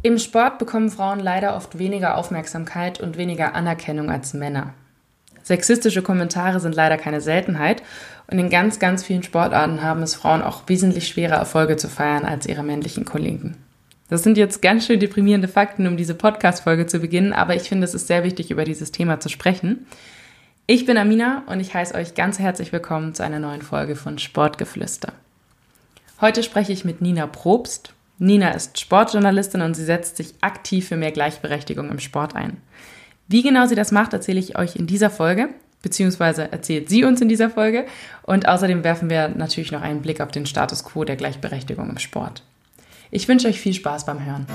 Im Sport bekommen Frauen leider oft weniger Aufmerksamkeit und weniger Anerkennung als Männer. Sexistische Kommentare sind leider keine Seltenheit und in ganz, ganz vielen Sportarten haben es Frauen auch wesentlich schwerer, Erfolge zu feiern als ihre männlichen Kollegen. Das sind jetzt ganz schön deprimierende Fakten, um diese Podcast-Folge zu beginnen, aber ich finde, es ist sehr wichtig, über dieses Thema zu sprechen. Ich bin Amina und ich heiße euch ganz herzlich willkommen zu einer neuen Folge von Sportgeflüster. Heute spreche ich mit Nina Probst. Nina ist Sportjournalistin und sie setzt sich aktiv für mehr Gleichberechtigung im Sport ein. Wie genau sie das macht, erzähle ich euch in dieser Folge, beziehungsweise erzählt sie uns in dieser Folge. Und außerdem werfen wir natürlich noch einen Blick auf den Status quo der Gleichberechtigung im Sport. Ich wünsche euch viel Spaß beim Hören.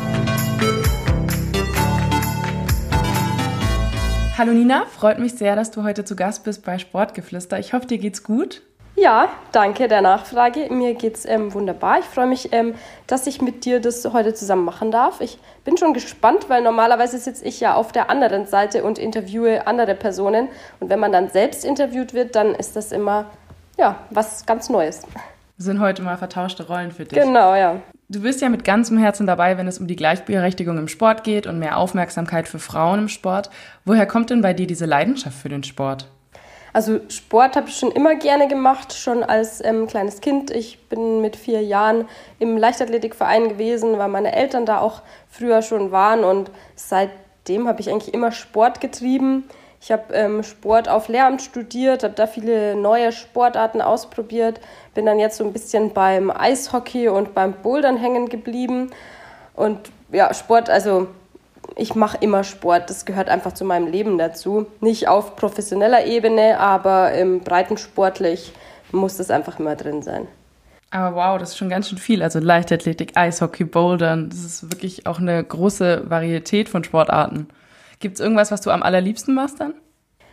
Hallo Nina, freut mich sehr, dass du heute zu Gast bist bei Sportgeflüster. Ich hoffe, dir geht's gut. Ja, danke der Nachfrage. Mir geht's wunderbar. Ich freue mich, dass ich mit dir das heute zusammen machen darf. Ich bin schon gespannt, weil normalerweise sitze ich ja auf der anderen Seite und interviewe andere Personen. Und wenn man dann selbst interviewt wird, dann ist das immer was ganz Neues. Das sind heute mal vertauschte Rollen für dich. Genau, ja. Du bist ja mit ganzem Herzen dabei, wenn es um die Gleichberechtigung im Sport geht und mehr Aufmerksamkeit für Frauen im Sport. Woher kommt denn bei dir diese Leidenschaft für den Sport? Also Sport habe ich schon immer gerne gemacht, schon als kleines Kind. Ich bin mit 4 Jahren im Leichtathletikverein gewesen, weil meine Eltern da auch früher schon waren und seitdem habe ich eigentlich immer Sport getrieben. Ich habe Sport auf Lehramt studiert, habe da viele neue Sportarten ausprobiert, bin dann jetzt so ein bisschen beim Eishockey und beim Bouldern hängen geblieben. Und ja, Sport, also ich mache immer Sport, das gehört einfach zu meinem Leben dazu. Nicht auf professioneller Ebene, aber breitensportlich muss das einfach immer drin sein. Aber wow, das ist schon ganz schön viel. Also Leichtathletik, Eishockey, Bouldern, das ist wirklich auch eine große Varietät von Sportarten. Gibt es irgendwas, was du am allerliebsten machst dann?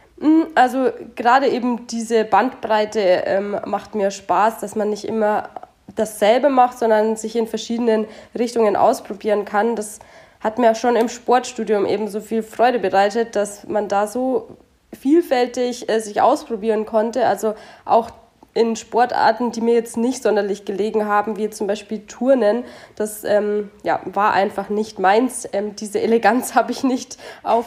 Also gerade eben diese Bandbreite macht mir Spaß, dass man nicht immer dasselbe macht, sondern sich in verschiedenen Richtungen ausprobieren kann. Das hat mir schon im Sportstudium eben so viel Freude bereitet, dass man da so vielfältig sich ausprobieren konnte. Also auch in Sportarten, die mir jetzt nicht sonderlich gelegen haben, wie zum Beispiel Turnen. Das war einfach nicht meins. Diese Eleganz habe ich nicht auf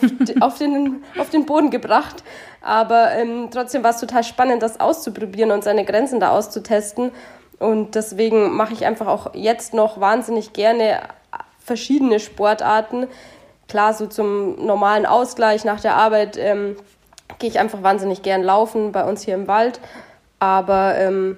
den Boden gebracht. Aber trotzdem war es total spannend, das auszuprobieren und seine Grenzen da auszutesten. Und deswegen mache ich einfach auch jetzt noch wahnsinnig gerne verschiedene Sportarten. Klar, so zum normalen Ausgleich nach der Arbeit gehe ich einfach wahnsinnig gern laufen bei uns hier im Wald. Aber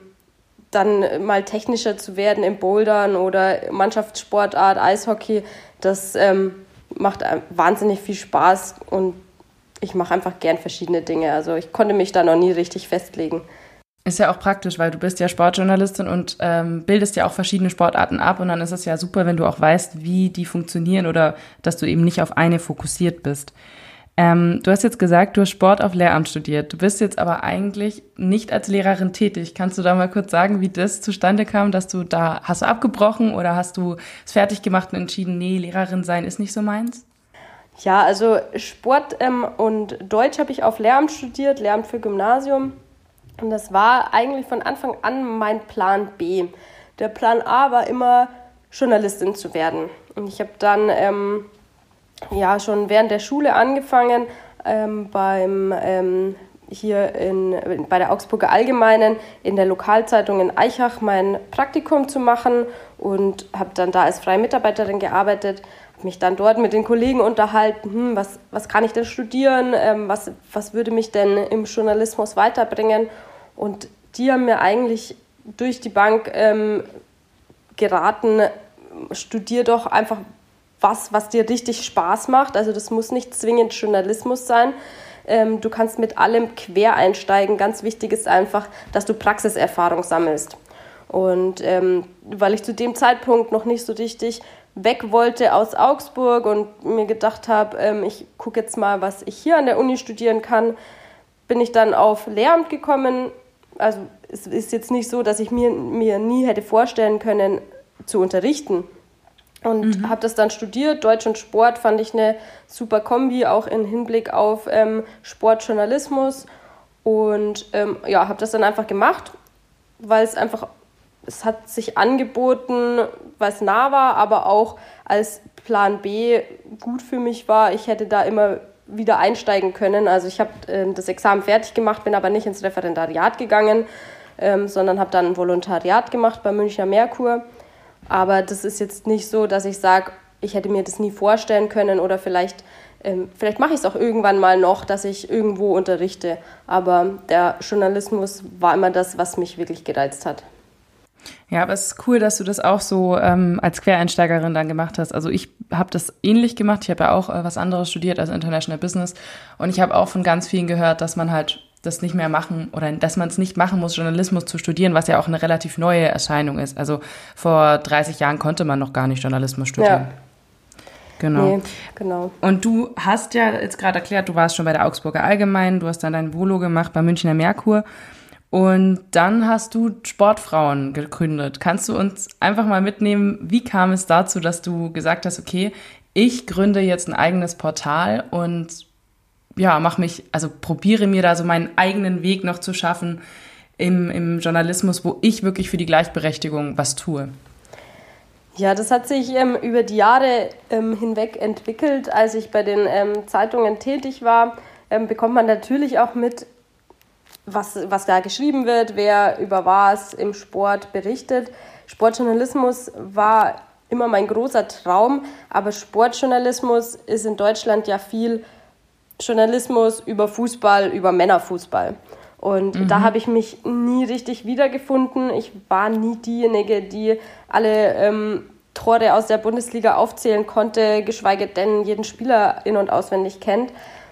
dann mal technischer zu werden im Bouldern oder Mannschaftssportart, Eishockey, das macht wahnsinnig viel Spaß und ich mache einfach gern verschiedene Dinge. Also ich konnte mich da noch nie richtig festlegen. Ist ja auch praktisch, weil du bist ja Sportjournalistin und bildest ja auch verschiedene Sportarten ab und dann ist es ja super, wenn du auch weißt, wie die funktionieren oder dass du eben nicht auf eine fokussiert bist. Du hast jetzt gesagt, du hast Sport auf Lehramt studiert. Du bist jetzt aber eigentlich nicht als Lehrerin tätig. Kannst du da mal kurz sagen, wie das zustande kam, hast du abgebrochen oder hast du es fertig gemacht und entschieden, nee, Lehrerin sein ist nicht so meins? Ja, also Sport und Deutsch habe ich auf Lehramt studiert, Lehramt für Gymnasium. Und das war eigentlich von Anfang an mein Plan B. Der Plan A war immer, Journalistin zu werden. Und ich habe dann schon während der Schule angefangen, bei der Augsburger Allgemeinen in der Lokalzeitung in Aichach mein Praktikum zu machen und habe dann da als freie Mitarbeiterin gearbeitet, habe mich dann dort mit den Kollegen unterhalten, was kann ich denn studieren, was würde mich denn im Journalismus weiterbringen, und die haben mir eigentlich durch die Bank geraten, studier doch einfach was dir richtig Spaß macht. Also das muss nicht zwingend Journalismus sein. Du kannst mit allem quer einsteigen. Ganz wichtig ist einfach, dass du Praxiserfahrung sammelst. Und weil ich zu dem Zeitpunkt noch nicht so richtig weg wollte aus Augsburg und mir gedacht habe, ich gucke jetzt mal, was ich hier an der Uni studieren kann, bin ich dann auf Lehramt gekommen. Also es ist jetzt nicht so, dass ich mir nie hätte vorstellen können, zu unterrichten. Und habe das dann studiert. Deutsch und Sport fand ich eine super Kombi, auch im Hinblick auf Sportjournalismus. Und habe das dann einfach gemacht, weil es hat sich angeboten, weil es nah war, aber auch als Plan B gut für mich war. Ich hätte da immer wieder einsteigen können. Also ich habe das Examen fertig gemacht, bin aber nicht ins Referendariat gegangen, sondern habe dann ein Volontariat gemacht bei Münchner Merkur. Aber das ist jetzt nicht so, dass ich sage, ich hätte mir das nie vorstellen können oder vielleicht mache ich es auch irgendwann mal noch, dass ich irgendwo unterrichte. Aber der Journalismus war immer das, was mich wirklich gereizt hat. Ja, aber es ist cool, dass du das auch so als Quereinsteigerin dann gemacht hast. Also ich habe das ähnlich gemacht. Ich habe ja auch was anderes studiert, also International Business. Und ich habe auch von ganz vielen gehört, dass man halt das nicht mehr machen oder dass man es nicht machen muss, Journalismus zu studieren, was ja auch eine relativ neue Erscheinung ist. Also vor 30 Jahren konnte man noch gar nicht Journalismus studieren. Ja. Genau. Nee, genau. Und du hast ja jetzt gerade erklärt, du warst schon bei der Augsburger Allgemeinen, du hast dann dein Volo gemacht bei Münchner Merkur und dann hast du Sportfrauen gegründet. Kannst du uns einfach mal mitnehmen, wie kam es dazu, dass du gesagt hast, okay, ich gründe jetzt ein eigenes Portal und ja, probiere mir da so meinen eigenen Weg noch zu schaffen im Journalismus, wo ich wirklich für die Gleichberechtigung was tue? Ja, das hat sich über die Jahre hinweg entwickelt. Als ich bei den Zeitungen tätig war, bekommt man natürlich auch mit, was da geschrieben wird, wer über was im Sport berichtet. Sportjournalismus war immer mein großer Traum, aber Sportjournalismus ist in Deutschland ja viel Journalismus über Fußball, über Männerfußball. Und da habe ich mich nie richtig wiedergefunden. Ich war nie diejenige, die alle Tore aus der Bundesliga aufzählen konnte, geschweige denn jeden Spieler in- und auswendig kennt.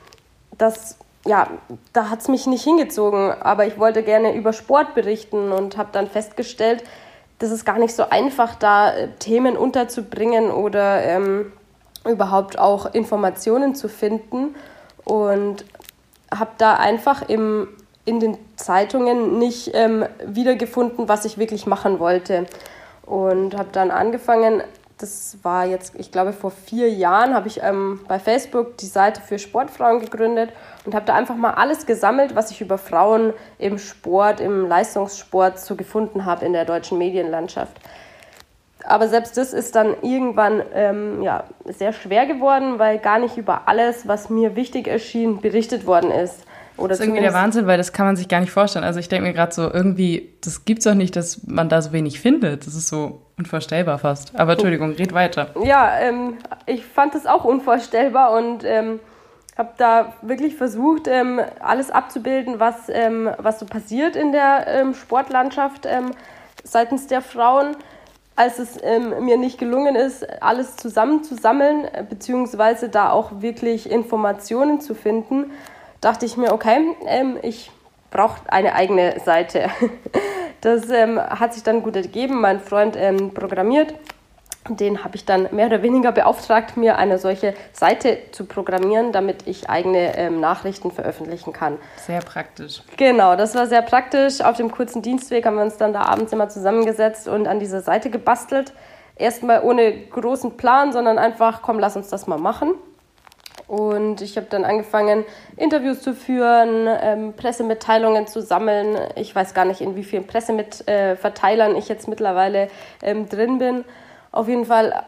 Da hat es mich nicht hingezogen. Aber ich wollte gerne über Sport berichten und habe dann festgestellt, das ist gar nicht so einfach, da Themen unterzubringen oder überhaupt auch Informationen zu finden. Und habe da einfach in den Zeitungen nicht wiedergefunden, was ich wirklich machen wollte. Und habe dann angefangen, das war jetzt, ich glaube vor 4 Jahren, habe ich bei Facebook die Seite für Sportfrauen gegründet und habe da einfach mal alles gesammelt, was ich über Frauen im Sport, im Leistungssport so gefunden habe in der deutschen Medienlandschaft. Aber selbst das ist dann irgendwann sehr schwer geworden, weil gar nicht über alles, was mir wichtig erschien, berichtet worden ist. Das ist irgendwie der Wahnsinn, weil das kann man sich gar nicht vorstellen. Also ich denke mir gerade so, irgendwie, das gibt's doch nicht, dass man da so wenig findet. Das ist so unvorstellbar fast. Aber Entschuldigung, red weiter. Ja, ich fand das auch unvorstellbar und habe da wirklich versucht, alles abzubilden, was so passiert in der Sportlandschaft seitens der Frauen. Als es mir nicht gelungen ist, alles zusammenzusammeln, beziehungsweise da auch wirklich Informationen zu finden, dachte ich mir, okay, ich brauche eine eigene Seite. Das hat sich dann gut ergeben. Mein Freund programmiert. Den habe ich dann mehr oder weniger beauftragt, mir eine solche Seite zu programmieren, damit ich eigene Nachrichten veröffentlichen kann. Sehr praktisch. Genau, das war sehr praktisch. Auf dem kurzen Dienstweg haben wir uns dann da abends immer zusammengesetzt und an dieser Seite gebastelt. Erstmal ohne großen Plan, sondern einfach, komm, lass uns das mal machen. Und ich habe dann angefangen, Interviews zu führen, Pressemitteilungen zu sammeln. Ich weiß gar nicht, in wie vielen Presseverteilern ich jetzt mittlerweile drin bin. Auf jeden Fall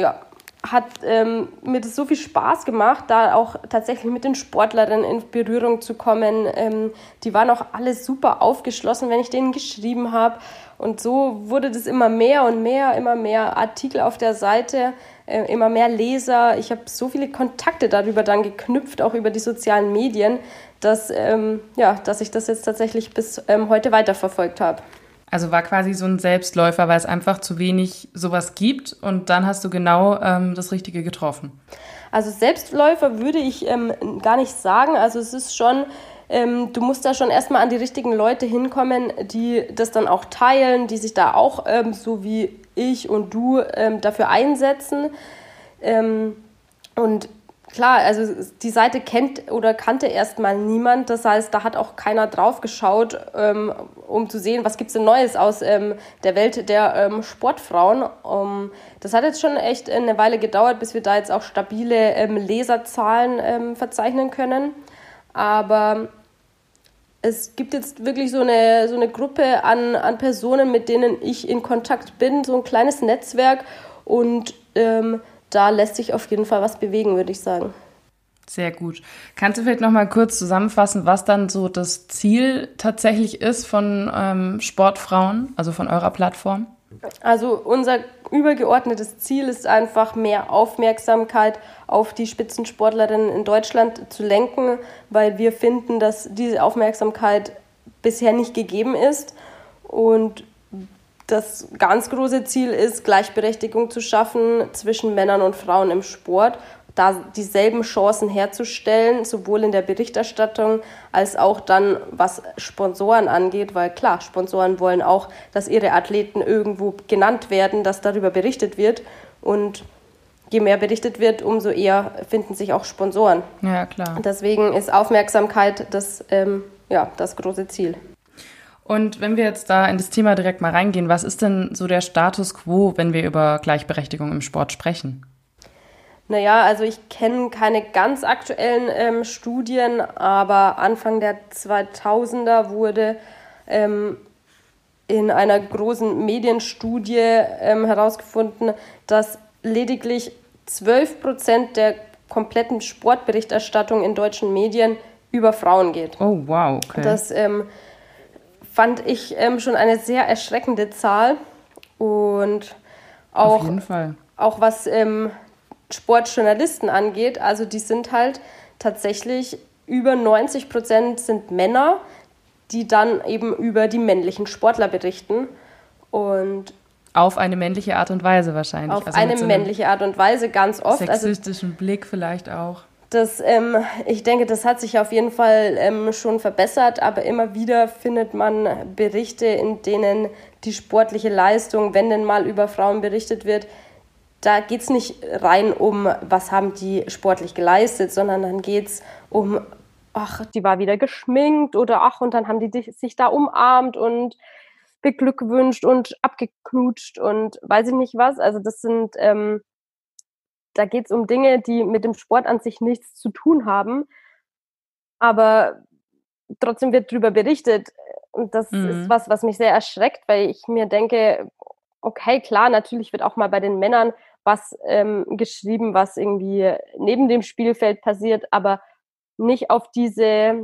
hat mir das so viel Spaß gemacht, da auch tatsächlich mit den Sportlerinnen in Berührung zu kommen. Die waren auch alle super aufgeschlossen, wenn ich denen geschrieben habe. Und so wurde das immer mehr und mehr, immer mehr Artikel auf der Seite, immer mehr Leser. Ich habe so viele Kontakte darüber dann geknüpft, auch über die sozialen Medien, dass ich das jetzt tatsächlich bis heute weiterverfolgt habe. Also war quasi so ein Selbstläufer, weil es einfach zu wenig sowas gibt und dann hast du genau das Richtige getroffen. Also Selbstläufer würde ich gar nicht sagen. Also es ist schon, du musst da schon erstmal an die richtigen Leute hinkommen, die das dann auch teilen, die sich da auch so wie ich und du dafür einsetzen. Und klar, also die Seite kennt oder kannte erstmal niemand. Das heißt, da hat auch keiner drauf geschaut, um zu sehen, was gibt es denn Neues aus der Welt der Sportfrauen. Das hat jetzt schon echt eine Weile gedauert, bis wir da jetzt auch stabile Leserzahlen verzeichnen können. Aber es gibt jetzt wirklich so eine Gruppe an Personen, mit denen ich in Kontakt bin, so ein kleines Netzwerk und da lässt sich auf jeden Fall was bewegen, würde ich sagen. Sehr gut. Kannst du vielleicht noch mal kurz zusammenfassen, was dann so das Ziel tatsächlich ist von Sportfrauen, also von eurer Plattform? Also unser übergeordnetes Ziel ist einfach, mehr Aufmerksamkeit auf die Spitzensportlerinnen in Deutschland zu lenken, weil wir finden, dass diese Aufmerksamkeit bisher nicht gegeben ist. Und das ganz große Ziel ist, Gleichberechtigung zu schaffen zwischen Männern und Frauen im Sport, da dieselben Chancen herzustellen, sowohl in der Berichterstattung als auch dann, was Sponsoren angeht, weil klar, Sponsoren wollen auch, dass ihre Athleten irgendwo genannt werden, dass darüber berichtet wird, und je mehr berichtet wird, umso eher finden sich auch Sponsoren. Ja, klar. Deswegen ist Aufmerksamkeit das große Ziel. Und wenn wir jetzt da in das Thema direkt mal reingehen, was ist denn so der Status quo, wenn wir über Gleichberechtigung im Sport sprechen? Naja, also ich kenne keine ganz aktuellen Studien, aber Anfang der 2000er wurde in einer großen Medienstudie herausgefunden, dass lediglich 12% der kompletten Sportberichterstattung in deutschen Medien über Frauen geht. Oh, wow, okay. Das fand ich schon eine sehr erschreckende Zahl. Und auch, auf jeden Fall. Auch was Sportjournalisten angeht, also die sind halt tatsächlich über 90% sind Männer, die dann eben über die männlichen Sportler berichten. Und auf eine männliche Art und Weise wahrscheinlich. Auf eine männliche Art und Weise, ganz oft. Sexistischen Blick vielleicht auch. Ich denke, das hat sich auf jeden Fall schon verbessert, aber immer wieder findet man Berichte, in denen die sportliche Leistung, wenn denn mal über Frauen berichtet wird, da geht es nicht rein um, was haben die sportlich geleistet, sondern dann geht es um, ach, die war wieder geschminkt oder ach, und dann haben die sich da umarmt und beglückwünscht und abgeknutscht und weiß ich nicht was. Also das sind, da geht es um Dinge, die mit dem Sport an sich nichts zu tun haben, aber trotzdem wird darüber berichtet. Und das ist was mich sehr erschreckt, weil ich mir denke, okay, klar, natürlich wird auch mal bei den Männern was geschrieben, was irgendwie neben dem Spielfeld passiert, aber nicht auf diese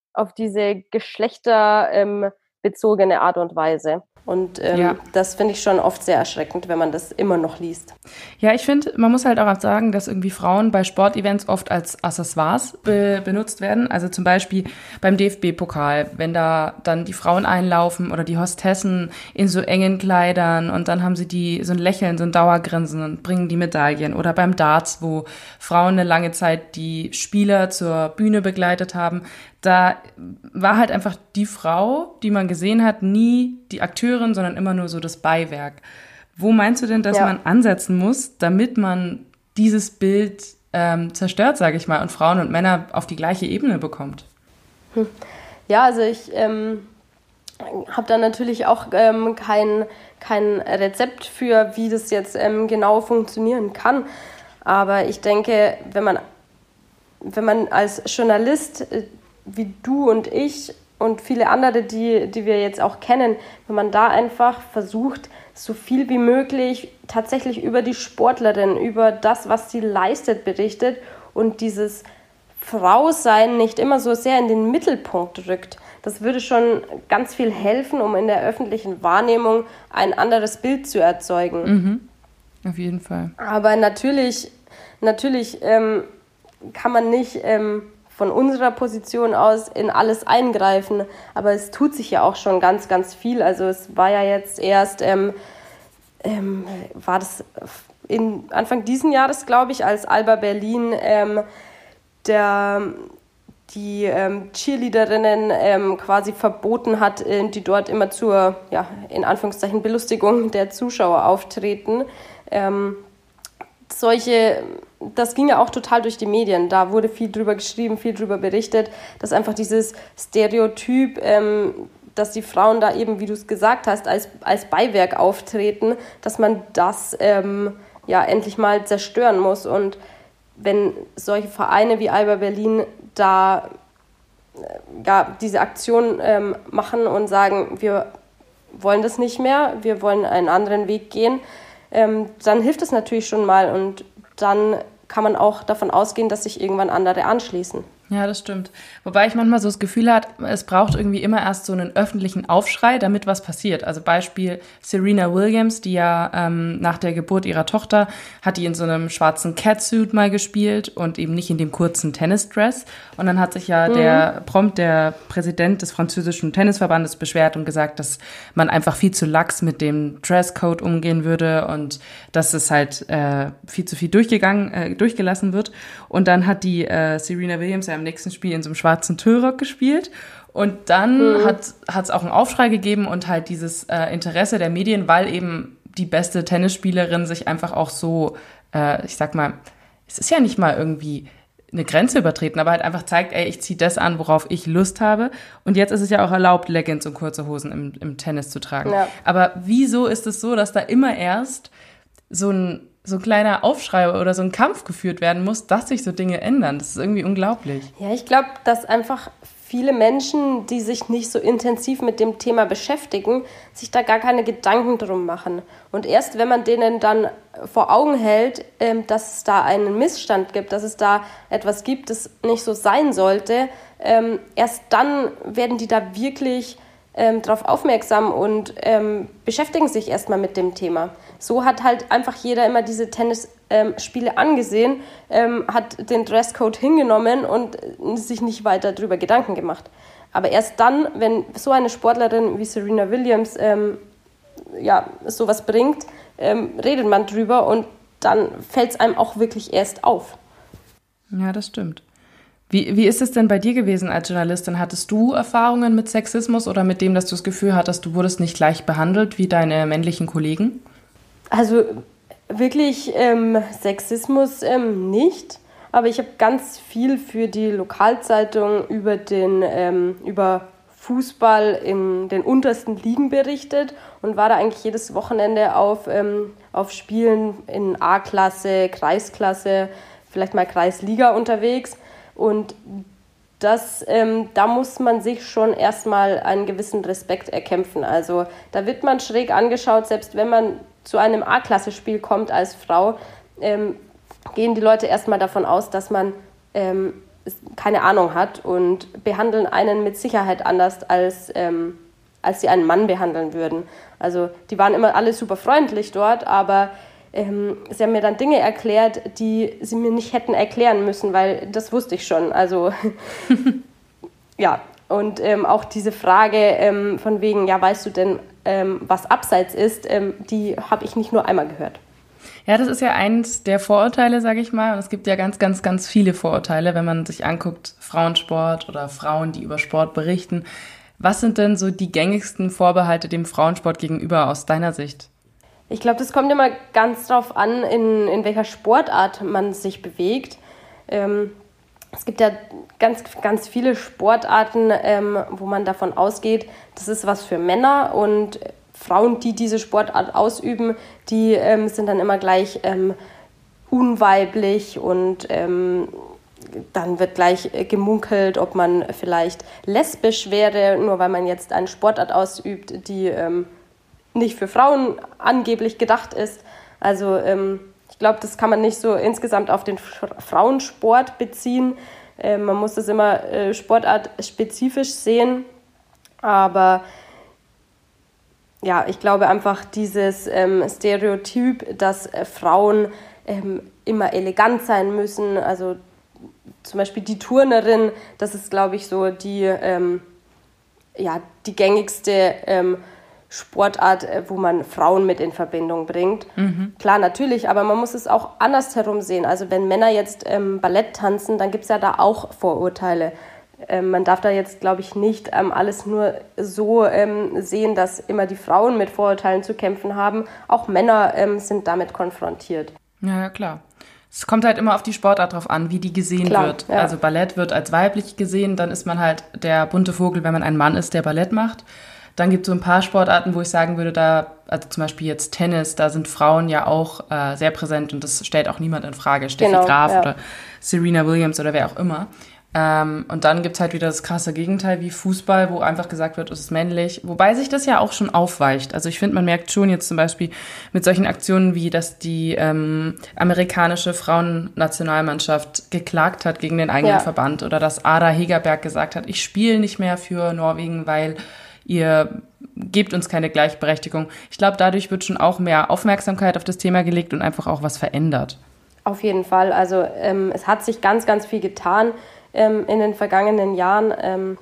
geschlechterbezogene Art und Weise. Und das finde ich schon oft sehr erschreckend, wenn man das immer noch liest. Ja, ich finde, man muss halt auch sagen, dass irgendwie Frauen bei Sportevents oft als Accessoires benutzt werden. Also zum Beispiel beim DFB-Pokal, wenn da dann die Frauen einlaufen oder die Hostessen in so engen Kleidern und dann haben sie so ein Lächeln, so ein Dauergrinsen und bringen die Medaillen. Oder beim Darts, wo Frauen eine lange Zeit die Spieler zur Bühne begleitet haben. Da war halt einfach die Frau, die man gesehen hat, nie die Akteurin, sondern immer nur so das Beiwerk. Wo meinst du denn, dass man ansetzen muss, damit man dieses Bild zerstört, sage ich mal, und Frauen und Männer auf die gleiche Ebene bekommt? Ja, also ich habe da natürlich auch kein Rezept für, wie das jetzt genau funktionieren kann. Aber ich denke, wenn man als Journalist wie du und ich und viele andere, die wir jetzt auch kennen, wenn man da einfach versucht, so viel wie möglich tatsächlich über die Sportlerin, über das, was sie leistet, berichtet und dieses Frausein nicht immer so sehr in den Mittelpunkt rückt. Das würde schon ganz viel helfen, um in der öffentlichen Wahrnehmung ein anderes Bild zu erzeugen. Auf jeden Fall. Aber natürlich kann man nicht von unserer Position aus in alles eingreifen, aber es tut sich ja auch schon ganz, ganz viel. Also es war ja jetzt erst, war das Anfang diesen Jahres, glaube ich, als Alba Berlin die Cheerleaderinnen quasi verboten hat, die dort immer zur, ja, in Anführungszeichen, Belustigung der Zuschauer auftreten. Das ging ja auch total durch die Medien. Da wurde viel drüber geschrieben, viel drüber berichtet, dass einfach dieses Stereotyp, dass die Frauen da eben, wie du es gesagt hast, als Beiwerk auftreten, dass man das endlich mal zerstören muss. Und wenn solche Vereine wie Alba Berlin da diese Aktion machen und sagen, wir wollen das nicht mehr, wir wollen einen anderen Weg gehen, dann hilft es natürlich schon mal. Und dann kann man auch davon ausgehen, dass sich irgendwann andere anschließen. Ja, das stimmt. Wobei ich manchmal so das Gefühl habe, es braucht irgendwie immer erst so einen öffentlichen Aufschrei, damit was passiert. Also Beispiel Serena Williams, die ja nach der Geburt ihrer Tochter hat die in so einem schwarzen Catsuit mal gespielt und eben nicht in dem kurzen Tennisdress. Und dann hat sich ja der Präsident des französischen Tennisverbandes beschwert und gesagt, dass man einfach viel zu lax mit dem Dresscode umgehen würde und dass es halt viel zu viel durchgelassen wird. Und dann hat die Serena Williams ja im nächsten Spiel in so einem schwarzen Tüllrock gespielt. Und dann hat es auch einen Aufschrei gegeben und halt dieses Interesse der Medien, weil eben die beste Tennisspielerin sich einfach auch so, ich sag mal, es ist ja nicht mal irgendwie eine Grenze übertreten, aber halt einfach zeigt, ey, ich ziehe das an, worauf ich Lust habe. Und jetzt ist es ja auch erlaubt, Leggings und kurze Hosen im Tennis zu tragen. Ja. Aber wieso ist es so, dass da immer erst so ein kleiner Aufschrei oder so ein Kampf geführt werden muss, dass sich so Dinge ändern? Das ist irgendwie unglaublich. Ja, ich glaube, dass einfach viele Menschen, die sich nicht so intensiv mit dem Thema beschäftigen, sich da gar keine Gedanken drum machen. Und erst wenn man denen dann vor Augen hält, dass es da einen Missstand gibt, dass es da etwas gibt, das nicht so sein sollte, erst dann werden die da wirklich darauf aufmerksam und beschäftigen sich erstmal mit dem Thema. So hat halt einfach jeder immer diese Tennisspiele angesehen, hat den Dresscode hingenommen und sich nicht weiter darüber Gedanken gemacht. Aber erst dann, wenn so eine Sportlerin wie Serena Williams sowas bringt, redet man drüber und dann fällt es einem auch wirklich erst auf. Ja, das stimmt. Wie ist es denn bei dir gewesen als Journalistin? Hattest du Erfahrungen mit Sexismus oder mit dem, dass du das Gefühl hattest, du wurdest nicht gleich behandelt wie deine männlichen Kollegen? Also wirklich Sexismus nicht, aber ich habe ganz viel für die Lokalzeitung über Fußball in den untersten Ligen berichtet und war da eigentlich jedes Wochenende auf Spielen in A-Klasse, Kreisklasse, vielleicht mal Kreisliga unterwegs. Und da muss man sich schon erstmal einen gewissen Respekt erkämpfen. Also da wird man schräg angeschaut, selbst wenn man zu einem A-Klasse-Spiel kommt als Frau, gehen die Leute erstmal davon aus, dass man keine Ahnung hat und behandeln einen mit Sicherheit anders, als sie einen Mann behandeln würden. Also die waren immer alle super freundlich dort, aber sie haben mir dann Dinge erklärt, die sie mir nicht hätten erklären müssen, weil das wusste ich schon. Also ja, und auch diese Frage von wegen, ja, weißt du denn, was Abseits ist, die habe ich nicht nur einmal gehört. Ja, das ist ja eins der Vorurteile, sage ich mal. Und es gibt ja ganz, ganz, ganz viele Vorurteile, wenn man sich anguckt, Frauensport oder Frauen, die über Sport berichten. Was sind denn so die gängigsten Vorbehalte dem Frauensport gegenüber aus deiner Sicht? Ich glaube, das kommt immer ganz drauf an, in welcher Sportart man sich bewegt. Es gibt ja ganz, ganz viele Sportarten, wo man davon ausgeht, das ist was für Männer, und Frauen, die diese Sportart ausüben, die sind dann immer gleich unweiblich, und dann wird gleich gemunkelt, ob man vielleicht lesbisch wäre, nur weil man jetzt eine Sportart ausübt, die nicht für Frauen angeblich gedacht ist. Also ich glaube, das kann man nicht so insgesamt auf den Frauensport beziehen. Man muss das immer sportartspezifisch sehen. Aber ja, ich glaube einfach dieses Stereotyp, dass Frauen immer elegant sein müssen, also zum Beispiel die Turnerin, das ist, glaube ich, so die gängigste Sportart, wo man Frauen mit in Verbindung bringt. Mhm. Klar, natürlich, aber man muss es auch andersherum sehen. Also wenn Männer jetzt Ballett tanzen, dann gibt es ja da auch Vorurteile. Man darf da jetzt, glaube ich, nicht alles nur so sehen, dass immer die Frauen mit Vorurteilen zu kämpfen haben. Auch Männer sind damit konfrontiert. Ja, klar. Es kommt halt immer auf die Sportart drauf an, wie die gesehen wird. Ja. Also Ballett wird als weiblich gesehen, dann ist man halt der bunte Vogel, wenn man ein Mann ist, der Ballett macht. Dann gibt es so ein paar Sportarten, wo ich sagen würde, also zum Beispiel jetzt Tennis, da sind Frauen ja auch sehr präsent und das stellt auch niemand in Frage. Steffi Graf oder Serena Williams oder wer auch immer. Und dann gibt's halt wieder das krasse Gegenteil wie Fußball, wo einfach gesagt wird, es ist männlich. Wobei sich das ja auch schon aufweicht. Also ich finde, man merkt schon jetzt zum Beispiel mit solchen Aktionen wie, dass die amerikanische Frauennationalmannschaft geklagt hat gegen den eigenen Verband oder dass Ada Hegerberg gesagt hat, ich spiele nicht mehr für Norwegen, weil ihr gebt uns keine Gleichberechtigung. Ich glaube, dadurch wird schon auch mehr Aufmerksamkeit auf das Thema gelegt und einfach auch was verändert. Auf jeden Fall. Also es hat sich ganz, ganz viel getan in den vergangenen Jahren.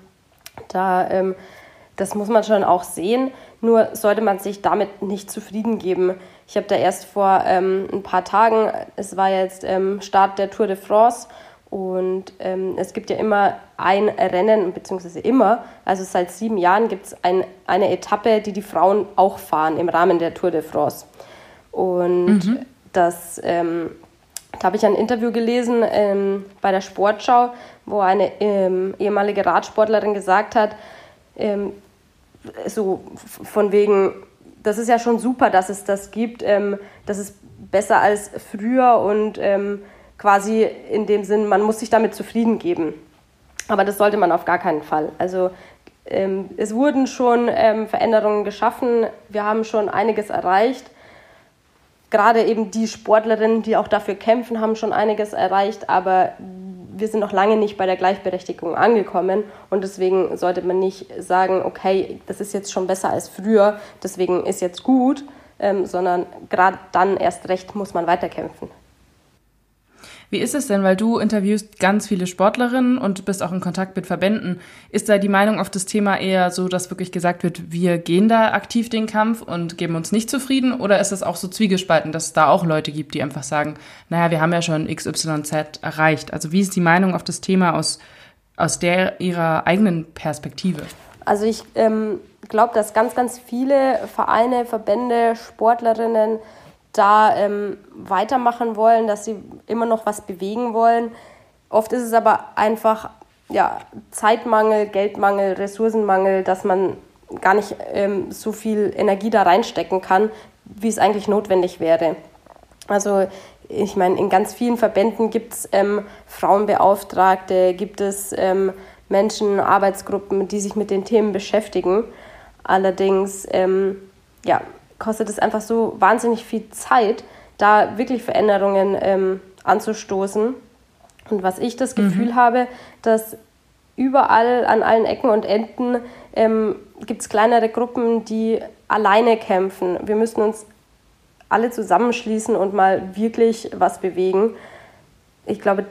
Das muss man schon auch sehen. Nur sollte man sich damit nicht zufrieden geben. Ich habe da erst vor ein paar Tagen, es war jetzt Start der Tour de France und es gibt ja immer ein Rennen, beziehungsweise immer, also seit 7 Jahren gibt es eine Etappe, die Frauen auch fahren im Rahmen der Tour de France. Und da habe ich ein Interview gelesen bei der Sportschau, wo eine ehemalige Radsportlerin gesagt hat, so von wegen, das ist ja schon super, dass es das gibt, das ist besser als früher und quasi in dem Sinn, man muss sich damit zufrieden geben. Aber das sollte man auf gar keinen Fall. Also es wurden schon Veränderungen geschaffen, wir haben schon einiges erreicht. Gerade eben die Sportlerinnen, die auch dafür kämpfen, haben schon einiges erreicht, aber wir sind noch lange nicht bei der Gleichberechtigung angekommen und deswegen sollte man nicht sagen, okay, das ist jetzt schon besser als früher, deswegen ist jetzt gut, sondern gerade dann erst recht muss man weiterkämpfen. Wie ist es denn, weil du interviewst ganz viele Sportlerinnen und bist auch in Kontakt mit Verbänden, ist da die Meinung auf das Thema eher so, dass wirklich gesagt wird, wir gehen da aktiv den Kampf und geben uns nicht zufrieden, oder ist es auch so zwiegespalten, dass es da auch Leute gibt, die einfach sagen, naja, wir haben ja schon XYZ erreicht. Also wie ist die Meinung auf das Thema aus ihrer eigenen Perspektive? Also ich glaube, dass ganz, ganz viele Vereine, Verbände, Sportlerinnen da weitermachen wollen, dass sie immer noch was bewegen wollen. Oft ist es aber einfach Zeitmangel, Geldmangel, Ressourcenmangel, dass man gar nicht so viel Energie da reinstecken kann, wie es eigentlich notwendig wäre. Also ich meine, in ganz vielen Verbänden gibt es Frauenbeauftragte, gibt es Menschen, Arbeitsgruppen, die sich mit den Themen beschäftigen. Allerdings kostet es einfach so wahnsinnig viel Zeit, da wirklich Veränderungen anzustoßen. Und was ich das Gefühl habe, dass überall an allen Ecken und Enden gibt es kleinere Gruppen, die alleine kämpfen. Wir müssen uns alle zusammenschließen und mal wirklich was bewegen. Ich glaube,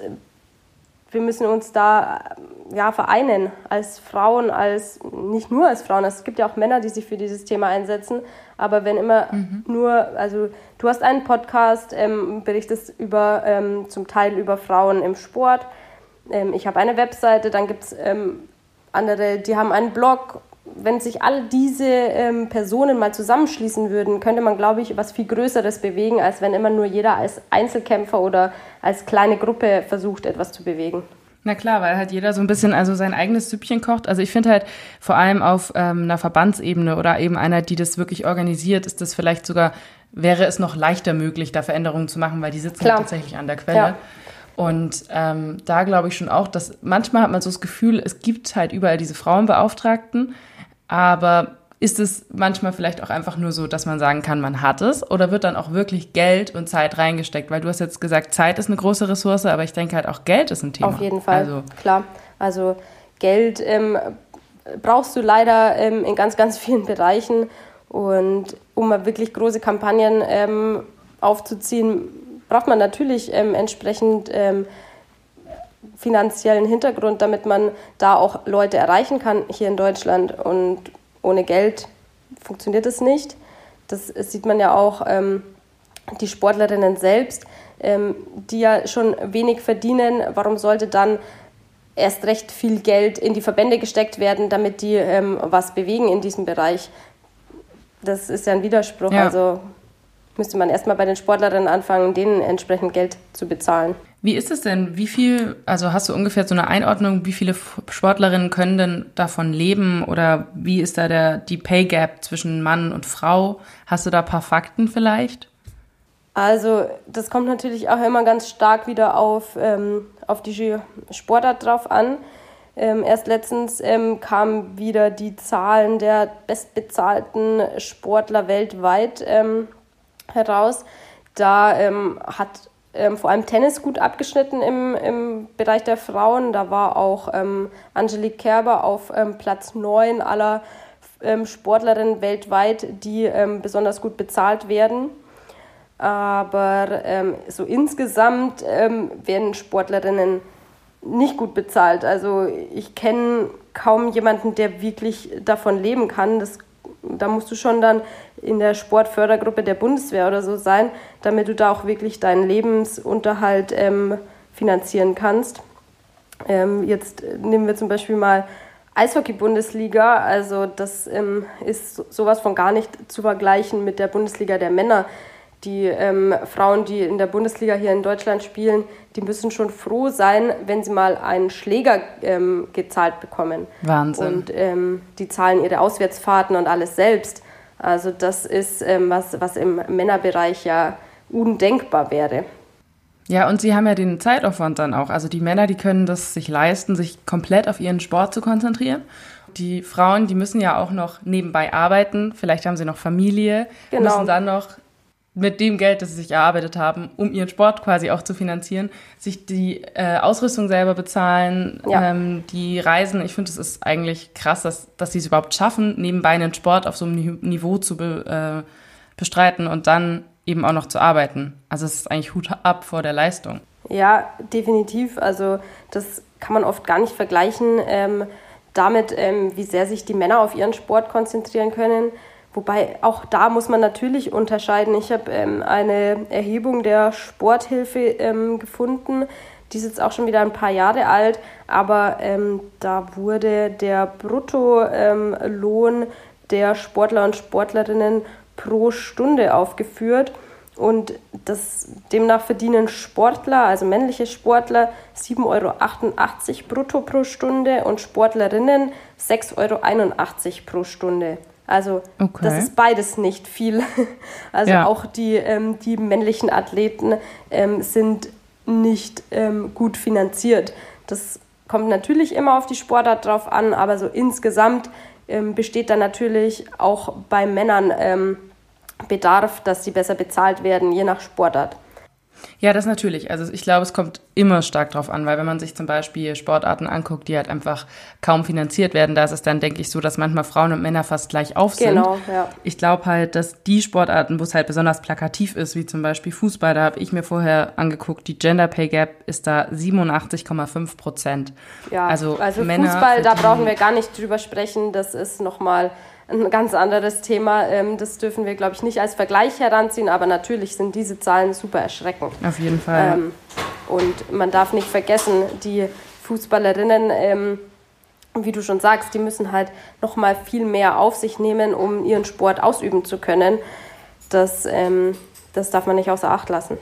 wir müssen uns da vereinen als Frauen, nicht nur als Frauen. Es gibt ja auch Männer, die sich für dieses Thema einsetzen. Aber wenn immer also du hast einen Podcast, berichtest zum Teil über Frauen im Sport. Ich habe eine Webseite, dann gibt es andere, die haben einen Blog. Wenn sich all diese Personen mal zusammenschließen würden, könnte man, glaube ich, was viel Größeres bewegen, als wenn immer nur jeder als Einzelkämpfer oder als kleine Gruppe versucht, etwas zu bewegen. Na klar, weil halt jeder so ein bisschen sein eigenes Süppchen kocht. Also ich finde halt vor allem auf einer Verbandsebene oder eben einer, die das wirklich organisiert, ist das vielleicht sogar, wäre es noch leichter möglich, da Veränderungen zu machen, weil die sitzen halt tatsächlich an der Quelle. Ja. Und da glaube ich schon auch, dass manchmal hat man so das Gefühl, es gibt halt überall diese Frauenbeauftragten, aber ist es manchmal vielleicht auch einfach nur so, dass man sagen kann, man hat es, oder wird dann auch wirklich Geld und Zeit reingesteckt? Weil du hast jetzt gesagt, Zeit ist eine große Ressource, aber ich denke halt auch Geld ist ein Thema. Auf jeden Fall, klar. Also Geld brauchst du leider in ganz, ganz vielen Bereichen. Und um mal wirklich große Kampagnen aufzuziehen, braucht man natürlich entsprechend finanziellen Hintergrund, damit man da auch Leute erreichen kann hier in Deutschland. Und ohne Geld funktioniert es nicht. Das sieht man ja auch die Sportlerinnen selbst, die ja schon wenig verdienen. Warum sollte dann erst recht viel Geld in die Verbände gesteckt werden, damit die was bewegen in diesem Bereich? Das ist ja ein Widerspruch. Ja. Also müsste man erstmal bei den Sportlerinnen anfangen, denen entsprechend Geld zu bezahlen. Wie ist es denn? Wie viel, also hast du ungefähr so eine Einordnung, wie viele Sportlerinnen können denn davon leben, oder wie ist da die Pay Gap zwischen Mann und Frau? Hast du da ein paar Fakten vielleicht? Also das kommt natürlich auch immer ganz stark wieder auf die Sportart drauf an. Erst letztens kamen wieder die Zahlen der bestbezahlten Sportler weltweit heraus. Da hat vor allem Tennis gut abgeschnitten im Bereich der Frauen. Da war auch Angelique Kerber auf Platz 9 aller Sportlerinnen weltweit, die besonders gut bezahlt werden. Aber so insgesamt werden Sportlerinnen nicht gut bezahlt. Also ich kenne kaum jemanden, der wirklich davon leben kann. Da musst du schon dann in der Sportfördergruppe der Bundeswehr oder so sein, damit du da auch wirklich deinen Lebensunterhalt finanzieren kannst. Jetzt nehmen wir zum Beispiel mal Eishockey-Bundesliga. Also das ist sowas von gar nicht zu vergleichen mit der Bundesliga der Männer. Die Frauen, die in der Bundesliga hier in Deutschland spielen, die müssen schon froh sein, wenn sie mal einen Schläger gezahlt bekommen. Wahnsinn. Und die zahlen ihre Auswärtsfahrten und alles selbst. Also das ist was im Männerbereich ja undenkbar wäre. Ja, und sie haben ja den Zeitaufwand dann auch. Also die Männer, die können das sich leisten, sich komplett auf ihren Sport zu konzentrieren. Die Frauen, die müssen ja auch noch nebenbei arbeiten. Vielleicht haben sie noch Familie, müssen dann noch mit dem Geld, das sie sich erarbeitet haben, um ihren Sport quasi auch zu finanzieren, sich die Ausrüstung selber bezahlen, die Reisen. Ich finde, es ist eigentlich krass, dass sie es überhaupt schaffen, nebenbei einen Sport auf so einem Niveau zu bestreiten und dann eben auch noch zu arbeiten. Also es ist eigentlich Hut ab vor der Leistung. Ja, definitiv. Also das kann man oft gar nicht vergleichen damit, wie sehr sich die Männer auf ihren Sport konzentrieren können. Wobei auch da muss man natürlich unterscheiden. Ich habe eine Erhebung der Sporthilfe gefunden, die ist jetzt auch schon wieder ein paar Jahre alt, aber da wurde der Bruttolohn der Sportler und Sportlerinnen pro Stunde aufgeführt und demnach verdienen Sportler, also männliche Sportler, 7,88 Euro brutto pro Stunde und Sportlerinnen 6,81 Euro pro Stunde. Also Das ist beides nicht viel. Also auch die männlichen Athleten sind nicht gut finanziert. Das kommt natürlich immer auf die Sportart drauf an, aber so insgesamt besteht dann natürlich auch bei Männern Bedarf, dass sie besser bezahlt werden, je nach Sportart. Ja, das natürlich. Also ich glaube, es kommt immer stark drauf an, weil wenn man sich zum Beispiel Sportarten anguckt, die halt einfach kaum finanziert werden, da ist es dann, denke ich, so, dass manchmal Frauen und Männer fast gleich auf sind. Genau, ja. Ich glaube halt, dass die Sportarten, wo es halt besonders plakativ ist, wie zum Beispiel Fußball, da habe ich mir vorher angeguckt, die Gender Pay Gap ist da 87,5%. Ja, also Männer Fußball, da brauchen wir gar nicht drüber sprechen, das ist nochmal ein ganz anderes Thema. Das dürfen wir, glaube ich, nicht als Vergleich heranziehen, aber natürlich sind diese Zahlen super erschreckend. Auf jeden Fall. Und man darf nicht vergessen, die Fußballerinnen, wie du schon sagst, die müssen halt noch mal viel mehr auf sich nehmen, um ihren Sport ausüben zu können. Das darf man nicht außer Acht lassen.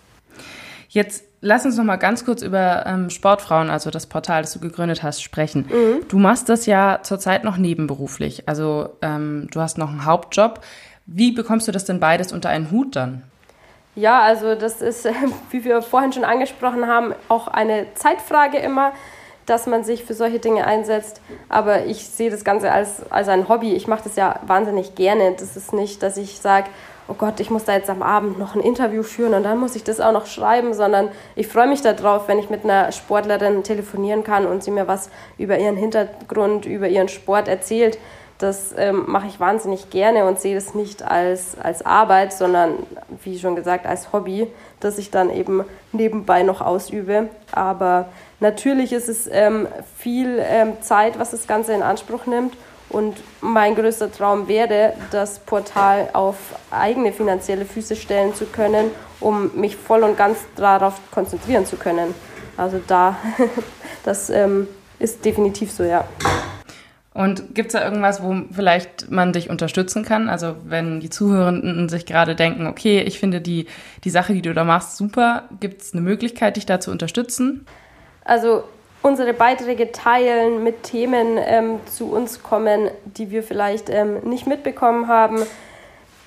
Jetzt lass uns noch mal ganz kurz über Sportfrauen, also das Portal, das du gegründet hast, sprechen. Mhm. Du machst das ja zurzeit noch nebenberuflich. Also du hast noch einen Hauptjob. Wie bekommst du das denn beides unter einen Hut dann? Ja, also das ist, wie wir vorhin schon angesprochen haben, auch eine Zeitfrage immer, dass man sich für solche Dinge einsetzt. Aber ich sehe das Ganze als ein Hobby. Ich mache das ja wahnsinnig gerne. Das ist nicht, dass ich sage, oh Gott, ich muss da jetzt am Abend noch ein Interview führen und dann muss ich das auch noch schreiben, sondern ich freue mich darauf, wenn ich mit einer Sportlerin telefonieren kann und sie mir was über ihren Hintergrund, über ihren Sport erzählt. Das mache ich wahnsinnig gerne und sehe das nicht als Arbeit, sondern, wie schon gesagt, als Hobby, das ich dann eben nebenbei noch ausübe. Aber natürlich ist es viel Zeit, was das Ganze in Anspruch nimmt. Und mein größter Traum wäre, das Portal auf eigene finanzielle Füße stellen zu können, um mich voll und ganz darauf konzentrieren zu können. Also das ist definitiv so, ja. Und gibt es da irgendwas, wo vielleicht man dich unterstützen kann? Also wenn die Zuhörenden sich gerade denken, okay, ich finde die Sache, die du da machst, super, gibt es eine Möglichkeit, dich da zu unterstützen? Also unsere Beiträge teilen, mit Themen zu uns kommen, die wir vielleicht nicht mitbekommen haben.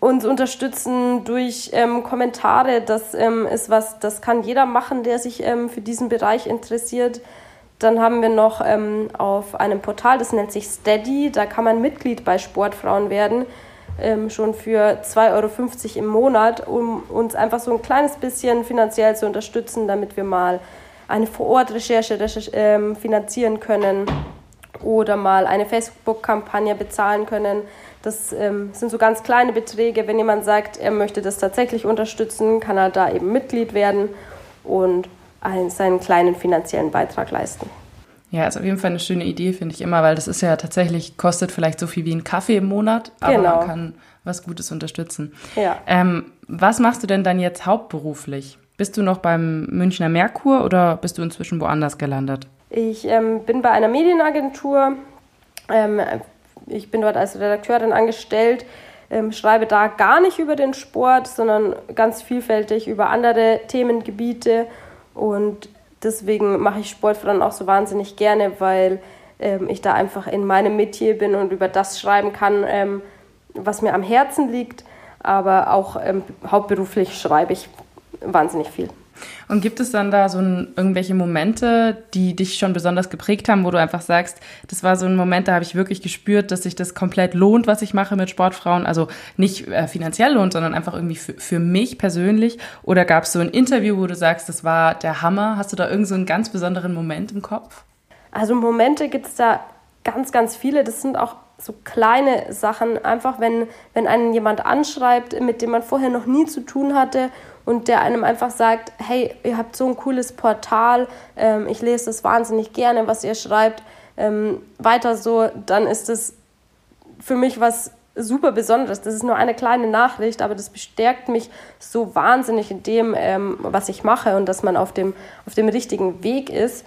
uns unterstützen durch Kommentare. Das ist was, das kann jeder machen, der sich für diesen Bereich interessiert. Dann haben wir noch auf einem Portal, das nennt sich Steady, da kann man Mitglied bei Sportfrauen werden, schon für 2,50 € im Monat, um uns einfach so ein kleines bisschen finanziell zu unterstützen, damit wir mal eine Vor-Ort-Recherche finanzieren können oder mal eine Facebook-Kampagne bezahlen können. Das sind so ganz kleine Beträge. Wenn jemand sagt, er möchte das tatsächlich unterstützen, kann er da eben Mitglied werden und seinen kleinen finanziellen Beitrag leisten. Ja, ist auf jeden Fall eine schöne Idee, finde ich immer, weil das ist ja tatsächlich, kostet vielleicht so viel wie ein Kaffee im Monat, aber man kann was Gutes unterstützen. Ja. Was machst du denn dann jetzt hauptberuflich? Bist du noch beim Münchner Merkur oder bist du inzwischen woanders gelandet? Ich bin bei einer Medienagentur. Ich bin dort als Redakteurin angestellt, schreibe da gar nicht über den Sport, sondern ganz vielfältig über andere Themengebiete. Und deswegen mache ich Sportfrauen auch so wahnsinnig gerne, weil ich da einfach in meinem Metier bin und über das schreiben kann, was mir am Herzen liegt. Aber auch hauptberuflich schreibe ich wahnsinnig viel. Und gibt es dann da so irgendwelche Momente, die dich schon besonders geprägt haben, wo du einfach sagst, das war so ein Moment, da habe ich wirklich gespürt, dass sich das komplett lohnt, was ich mache mit Sportfrauen, also nicht finanziell lohnt, sondern einfach irgendwie für mich persönlich? Oder gab es so ein Interview, wo du sagst, das war der Hammer? Hast du da irgend so einen ganz besonderen Moment im Kopf? Also Momente gibt es da ganz, ganz viele. Das sind auch so kleine Sachen, einfach wenn einen jemand anschreibt, mit dem man vorher noch nie zu tun hatte und der einem einfach sagt, hey, ihr habt so ein cooles Portal, ich lese das wahnsinnig gerne, was ihr schreibt, weiter so, dann ist das für mich was super Besonderes. Das ist nur eine kleine Nachricht, aber das bestärkt mich so wahnsinnig in dem, was ich mache und dass man auf dem richtigen Weg ist.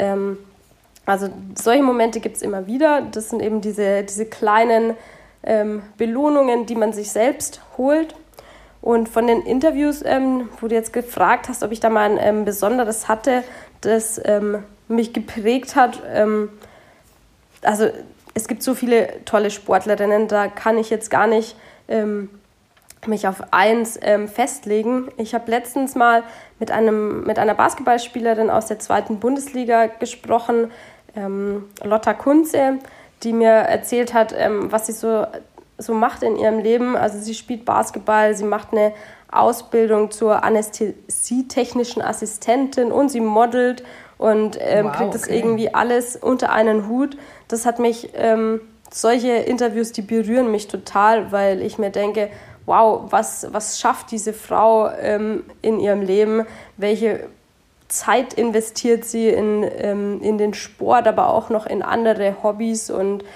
Also solche Momente gibt es immer wieder. Das sind eben diese kleinen Belohnungen, die man sich selbst holt. Und von den Interviews, wo du jetzt gefragt hast, ob ich da mal ein besonderes hatte, das mich geprägt hat. Also es gibt so viele tolle Sportlerinnen, da kann ich jetzt gar nicht mich auf eins festlegen. Ich habe letztens mal mit einer Basketballspielerin aus der 2. Bundesliga gesprochen, Lotta Kunze, die mir erzählt hat, was sie so macht in ihrem Leben. Also sie spielt Basketball, sie macht eine Ausbildung zur anästhesietechnischen Assistentin und sie modelt und kriegt das irgendwie alles unter einen Hut. Das hat mich, solche Interviews, die berühren mich total, weil ich mir denke, wow, was schafft diese Frau in ihrem Leben, welche Zeit investiert sie in den Sport, aber auch noch in andere Hobbys und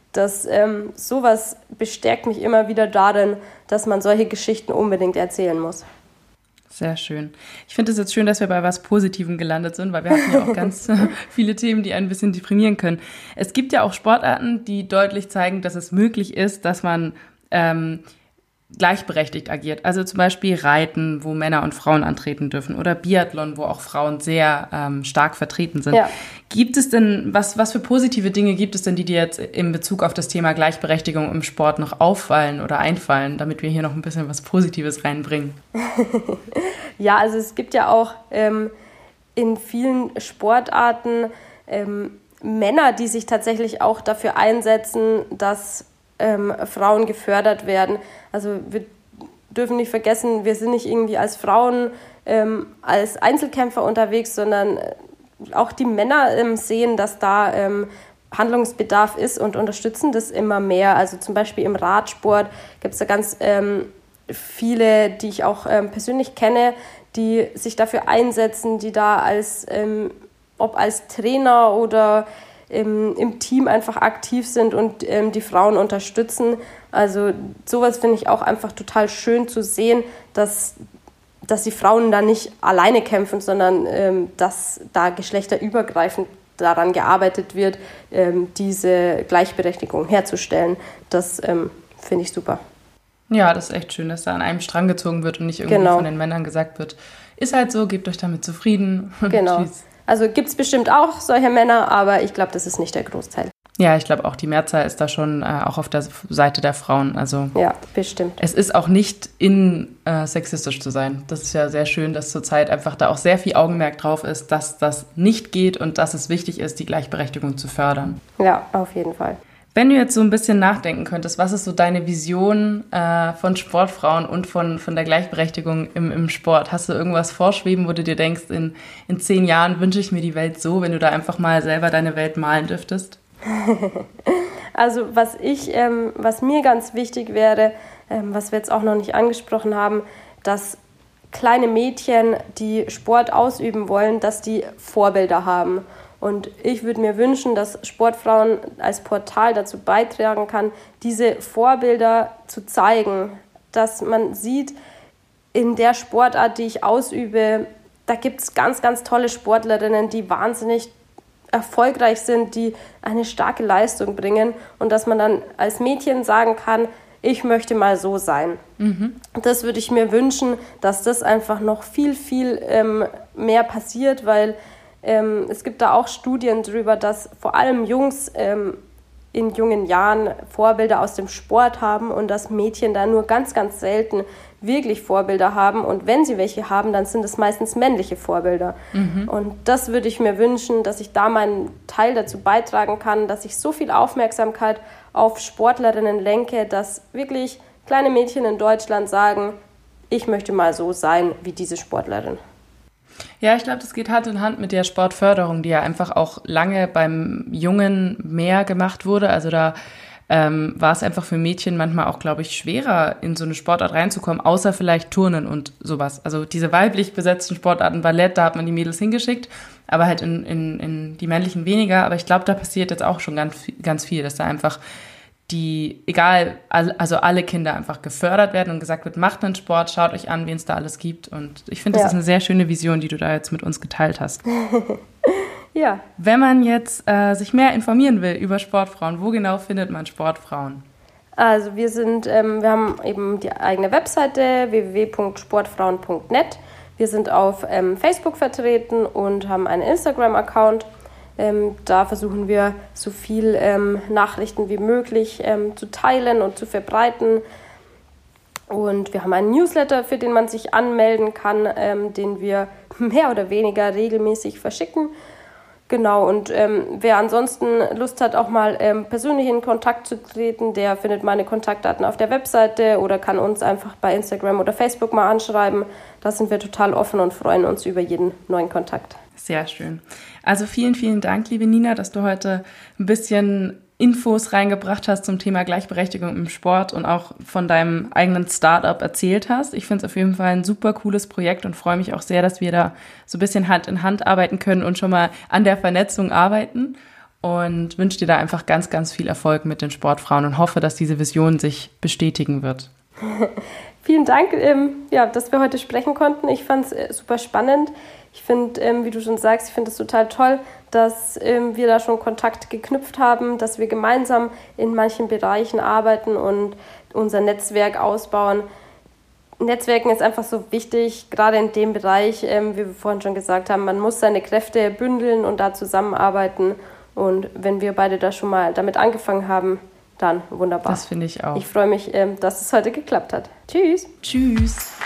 sowas bestärkt mich immer wieder darin, dass man solche Geschichten unbedingt erzählen muss. Sehr schön. Ich finde es jetzt schön, dass wir bei was Positivem gelandet sind, weil wir hatten ja auch ganz viele Themen, die ein bisschen deprimieren können. Es gibt ja auch Sportarten, die deutlich zeigen, dass es möglich ist, dass man gleichberechtigt agiert. Also zum Beispiel Reiten, wo Männer und Frauen antreten dürfen, oder Biathlon, wo auch Frauen sehr stark vertreten sind. Ja. Gibt es denn, was für positive Dinge gibt es denn, die dir jetzt in Bezug auf das Thema Gleichberechtigung im Sport noch auffallen oder einfallen, damit wir hier noch ein bisschen was Positives reinbringen? Ja, also es gibt ja auch in vielen Sportarten Männer, die sich tatsächlich auch dafür einsetzen, dass Frauen gefördert werden. Also wir dürfen nicht vergessen, wir sind nicht irgendwie als Frauen als Einzelkämpfer unterwegs, sondern auch die Männer sehen, dass da Handlungsbedarf ist und unterstützen das immer mehr. Also zum Beispiel im Radsport gibt es da ganz viele, die ich auch persönlich kenne, die sich dafür einsetzen, die da ob als Trainer oder im Team einfach aktiv sind und die Frauen unterstützen. Also sowas finde ich auch einfach total schön zu sehen, dass die Frauen da nicht alleine kämpfen, sondern dass da geschlechterübergreifend daran gearbeitet wird, diese Gleichberechtigung herzustellen. Das finde ich super. Ja, das ist echt schön, dass da an einem Strang gezogen wird und nicht irgendwie von den Männern gesagt wird, ist halt so, gebt euch damit zufrieden. Genau. Tschüss. Also gibt es bestimmt auch solche Männer, aber ich glaube, das ist nicht der Großteil. Ja, ich glaube auch, die Mehrzahl ist da schon auch auf der Seite der Frauen. Also ja, bestimmt. Es ist auch nicht sexistisch zu sein. Das ist ja sehr schön, dass zurzeit einfach da auch sehr viel Augenmerk drauf ist, dass das nicht geht und dass es wichtig ist, die Gleichberechtigung zu fördern. Ja, auf jeden Fall. Wenn du jetzt so ein bisschen nachdenken könntest, was ist so deine Vision von Sportfrauen und von der Gleichberechtigung im Sport? Hast du irgendwas vorschweben, wo du dir denkst, in 10 Jahren wünsche ich mir die Welt so, wenn du da einfach mal selber deine Welt malen dürftest? Also was mir ganz wichtig wäre, was wir jetzt auch noch nicht angesprochen haben, dass kleine Mädchen, die Sport ausüben wollen, dass die Vorbilder haben. Und ich würde mir wünschen, dass Sportfrauen als Portal dazu beitragen kann, diese Vorbilder zu zeigen, dass man sieht, in der Sportart, die ich ausübe, da gibt es ganz, ganz tolle Sportlerinnen, die wahnsinnig erfolgreich sind, die eine starke Leistung bringen und dass man dann als Mädchen sagen kann, ich möchte mal so sein. Mhm. Das würde ich mir wünschen, dass das einfach noch viel, viel mehr passiert, weil es gibt da auch Studien darüber, dass vor allem Jungs in jungen Jahren Vorbilder aus dem Sport haben und dass Mädchen da nur ganz, ganz selten wirklich Vorbilder haben. Und wenn sie welche haben, dann sind es meistens männliche Vorbilder. Mhm. Und das würde ich mir wünschen, dass ich da meinen Teil dazu beitragen kann, dass ich so viel Aufmerksamkeit auf Sportlerinnen lenke, dass wirklich kleine Mädchen in Deutschland sagen, ich möchte mal so sein wie diese Sportlerin. Ja, ich glaube, das geht Hand in Hand mit der Sportförderung, die ja einfach auch lange beim Jungen mehr gemacht wurde. Also da war es einfach für Mädchen manchmal auch, glaube ich, schwerer, in so eine Sportart reinzukommen, außer vielleicht Turnen und sowas. Also diese weiblich besetzten Sportarten, Ballett, da hat man die Mädels hingeschickt, aber halt in die männlichen weniger. Aber ich glaube, da passiert jetzt auch schon ganz viel, dass da einfach alle Kinder einfach gefördert werden und gesagt wird, macht einen Sport, schaut euch an, wen es da alles gibt. Und ich finde, das ist eine sehr schöne Vision, die du da jetzt mit uns geteilt hast. Ja. Wenn man jetzt sich mehr informieren will über Sportfrauen, wo genau findet man Sportfrauen? Also wir haben eben die eigene Webseite www.sportfrauen.net. Wir sind auf Facebook vertreten und haben einen Instagram-Account. Da versuchen wir so viel Nachrichten wie möglich zu teilen und zu verbreiten. Und wir haben einen Newsletter, für den man sich anmelden kann, den wir mehr oder weniger regelmäßig verschicken. Genau, und wer ansonsten Lust hat, auch mal persönlich in Kontakt zu treten, der findet meine Kontaktdaten auf der Webseite oder kann uns einfach bei Instagram oder Facebook mal anschreiben. Da sind wir total offen und freuen uns über jeden neuen Kontakt. Sehr schön. Also vielen, vielen Dank, liebe Nina, dass du heute ein bisschen Infos reingebracht hast zum Thema Gleichberechtigung im Sport und auch von deinem eigenen Startup erzählt hast. Ich finde es auf jeden Fall ein super cooles Projekt und freue mich auch sehr, dass wir da so ein bisschen Hand in Hand arbeiten können und schon mal an der Vernetzung arbeiten und wünsche dir da einfach ganz, ganz viel Erfolg mit den Sportfrauen und hoffe, dass diese Vision sich bestätigen wird. Vielen Dank, dass wir heute sprechen konnten. Ich fand es super spannend. Ich finde, wie du schon sagst, ich finde es total toll, dass wir da schon Kontakt geknüpft haben, dass wir gemeinsam in manchen Bereichen arbeiten und unser Netzwerk ausbauen. Netzwerken ist einfach so wichtig, gerade in dem Bereich, wie wir vorhin schon gesagt haben, man muss seine Kräfte bündeln und da zusammenarbeiten. Und wenn wir beide da schon mal damit angefangen haben, dann wunderbar. Das finde ich auch. Ich freue mich, dass es heute geklappt hat. Tschüss. Tschüss.